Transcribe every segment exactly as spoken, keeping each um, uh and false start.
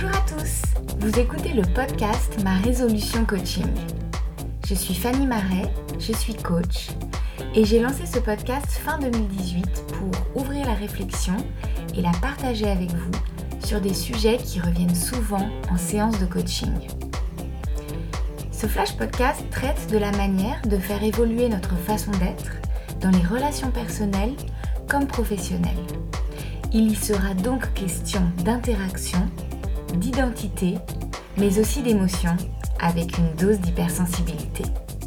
Bonjour à tous, vous écoutez le podcast Ma Résolution Coaching. Je suis Fanny Marais, je suis coach et j'ai lancé ce podcast fin deux mille dix-huit pour ouvrir la réflexion et la partager avec vous sur des sujets qui reviennent souvent en séance de coaching. Ce flash podcast traite de la manière de faire évoluer notre façon d'être dans les relations personnelles comme professionnelles. Il y sera donc question d'interaction, d'identité, mais aussi d'émotion, avec une dose d'hypersensibilité.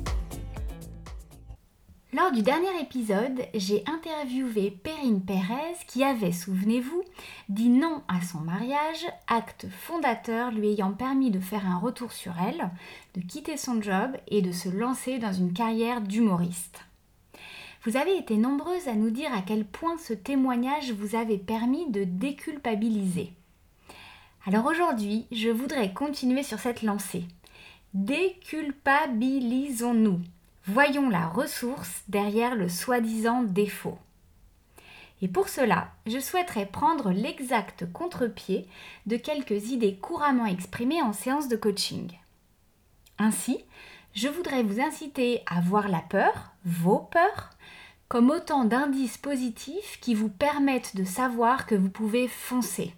Lors du dernier épisode, j'ai interviewé Perrine Pérez qui avait, souvenez-vous, dit non à son mariage, acte fondateur lui ayant permis de faire un retour sur elle, de quitter son job et de se lancer dans une carrière d'humoriste. Vous avez été nombreuses à nous dire à quel point ce témoignage vous avait permis de déculpabiliser. Alors aujourd'hui, je voudrais continuer sur cette lancée. Déculpabilisons-nous. Voyons la ressource derrière le soi-disant défaut. Et pour cela, je souhaiterais prendre l'exact contre-pied de quelques idées couramment exprimées en séance de coaching. Ainsi, je voudrais vous inciter à voir la peur, vos peurs, comme autant d'indices positifs qui vous permettent de savoir que vous pouvez foncer.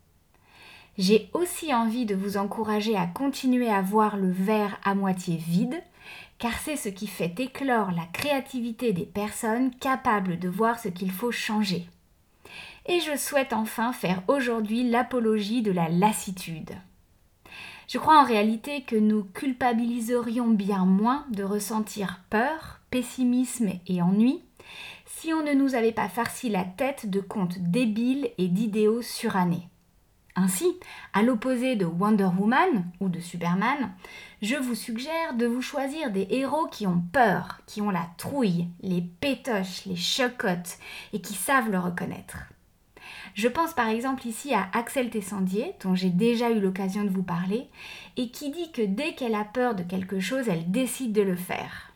J'ai aussi envie de vous encourager à continuer à voir le verre à moitié vide, car c'est ce qui fait éclore la créativité des personnes capables de voir ce qu'il faut changer. Et je souhaite enfin faire aujourd'hui l'apologie de la lassitude. Je crois en réalité que nous culpabiliserions bien moins de ressentir peur, pessimisme et ennui si on ne nous avait pas farci la tête de contes débiles et d'idéaux surannés. Ainsi, à l'opposé de Wonder Woman ou de Superman, je vous suggère de vous choisir des héros qui ont peur, qui ont la trouille, les pétoches, les chocottes et qui savent le reconnaître. Je pense par exemple ici à Axel Tessandier, dont j'ai déjà eu l'occasion de vous parler, et qui dit que dès qu'elle a peur de quelque chose, elle décide de le faire.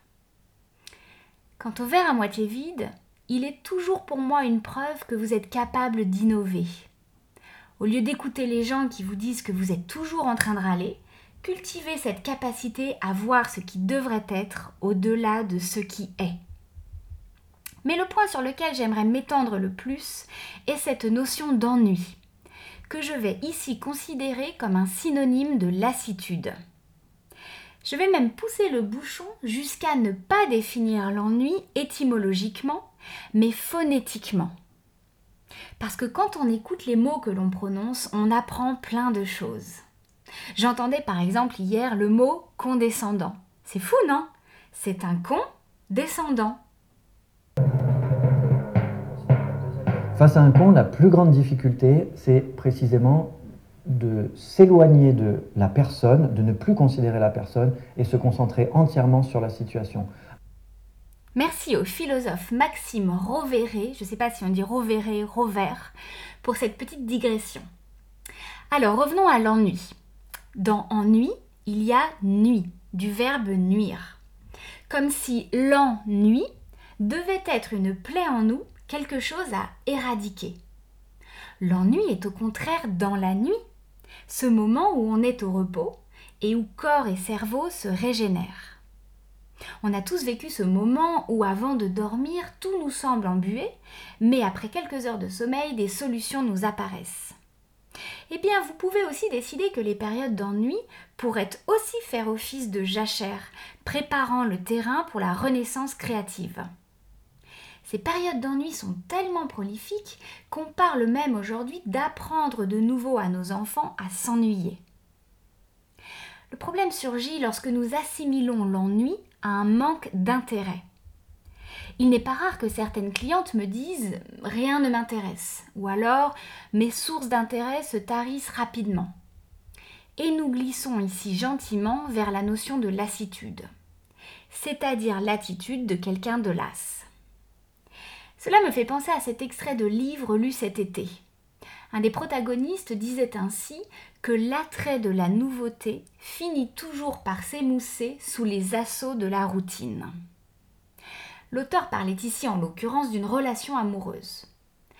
Quant au verre à moitié vide, il est toujours pour moi une preuve que vous êtes capable d'innover. Au lieu d'écouter les gens qui vous disent que vous êtes toujours en train de râler, cultivez cette capacité à voir ce qui devrait être au-delà de ce qui est. Mais le point sur lequel j'aimerais m'étendre le plus est cette notion d'ennui, que je vais ici considérer comme un synonyme de lassitude. Je vais même pousser le bouchon jusqu'à ne pas définir l'ennui étymologiquement, mais phonétiquement. Parce que quand on écoute les mots que l'on prononce, on apprend plein de choses. J'entendais par exemple hier le mot « condescendant ». C'est fou, non ? C'est un con descendant. Face à un con, la plus grande difficulté, c'est précisément de s'éloigner de la personne, de ne plus considérer la personne et se concentrer entièrement sur la situation. Merci au philosophe Maxime Rovéré, je ne sais pas si on dit Rovéré, Rovert, pour cette petite digression. Alors revenons à l'ennui. Dans ennui, il y a nuit, du verbe nuire. Comme si l'ennui devait être une plaie en nous, quelque chose à éradiquer. L'ennui est au contraire dans la nuit, ce moment où on est au repos et où corps et cerveau se régénèrent. On a tous vécu ce moment où avant de dormir, tout nous semble embué, mais après quelques heures de sommeil, des solutions nous apparaissent. Eh bien, vous pouvez aussi décider que les périodes d'ennui pourraient aussi faire office de jachère, préparant le terrain pour la renaissance créative. Ces périodes d'ennui sont tellement prolifiques qu'on parle même aujourd'hui d'apprendre de nouveau à nos enfants à s'ennuyer. Le problème surgit lorsque nous assimilons l'ennui à un manque d'intérêt. Il n'est pas rare que certaines clientes me disent « rien ne m'intéresse » ou alors « mes sources d'intérêt se tarissent rapidement ». Et nous glissons ici gentiment vers la notion de lassitude, c'est-à-dire l'attitude de quelqu'un de las. Cela me fait penser à cet extrait de livre lu cet été. Un des protagonistes disait ainsi que l'attrait de la nouveauté finit toujours par s'émousser sous les assauts de la routine. L'auteur parlait ici en l'occurrence d'une relation amoureuse.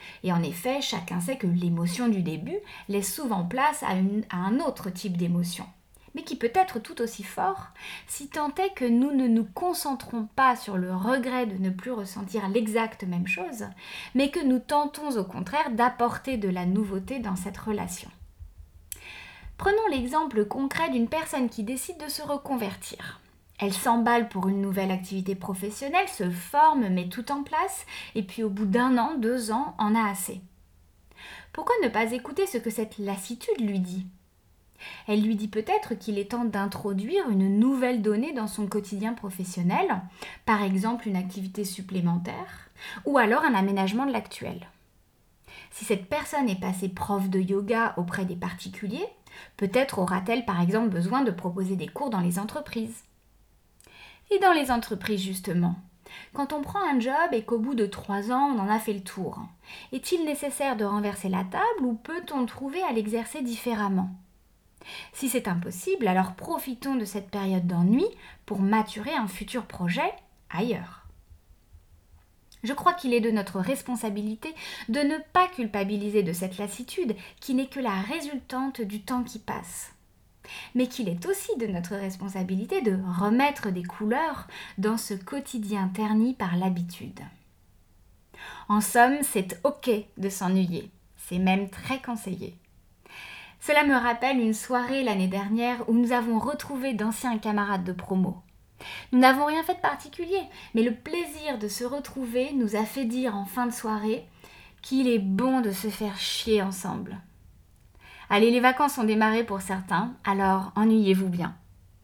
Et en effet, chacun sait que l'émotion du début laisse souvent place à, une, à un autre type d'émotion, mais qui peut être tout aussi fort si tant est que nous ne nous concentrons pas sur le regret de ne plus ressentir l'exacte même chose, mais que nous tentons au contraire d'apporter de la nouveauté dans cette relation. Prenons l'exemple concret d'une personne qui décide de se reconvertir. Elle s'emballe pour une nouvelle activité professionnelle, se forme, met tout en place, et puis au bout d'un an, deux ans, en a assez. Pourquoi ne pas écouter ce que cette lassitude lui dit ? Elle lui dit peut-être qu'il est temps d'introduire une nouvelle donnée dans son quotidien professionnel, par exemple une activité supplémentaire, ou alors un aménagement de l'actuel. Si cette personne est passée prof de yoga auprès des particuliers, peut-être aura-t-elle par exemple besoin de proposer des cours dans les entreprises. Et dans les entreprises justement, quand on prend un job et qu'au bout de trois ans on en a fait le tour, est-il nécessaire de renverser la table ou peut-on trouver à l'exercer différemment ? Si c'est impossible, alors profitons de cette période d'ennui pour maturer un futur projet ailleurs. Je crois qu'il est de notre responsabilité de ne pas culpabiliser de cette lassitude qui n'est que la résultante du temps qui passe. Mais qu'il est aussi de notre responsabilité de remettre des couleurs dans ce quotidien terni par l'habitude. En somme, c'est ok de s'ennuyer, c'est même très conseillé. Cela me rappelle une soirée l'année dernière où nous avons retrouvé d'anciens camarades de promo. Nous n'avons rien fait de particulier, mais le plaisir de se retrouver nous a fait dire en fin de soirée qu'il est bon de se faire chier ensemble. Allez, les vacances ont démarré pour certains, alors ennuyez-vous bien.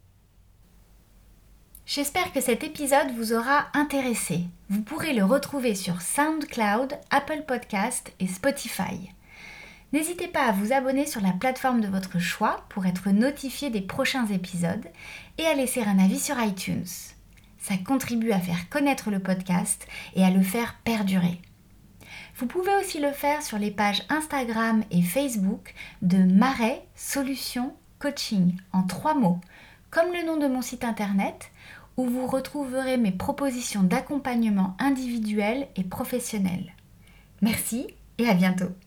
J'espère que cet épisode vous aura intéressé. Vous pourrez le retrouver sur SoundCloud, Apple Podcast et Spotify. N'hésitez pas à vous abonner sur la plateforme de votre choix pour être notifié des prochains épisodes et à laisser un avis sur iTunes. Ça contribue à faire connaître le podcast et à le faire perdurer. Vous pouvez aussi le faire sur les pages Instagram et Facebook de Marais Solutions Coaching en trois mots, comme le nom de mon site internet, où vous retrouverez mes propositions d'accompagnement individuel et professionnel. Merci et à bientôt.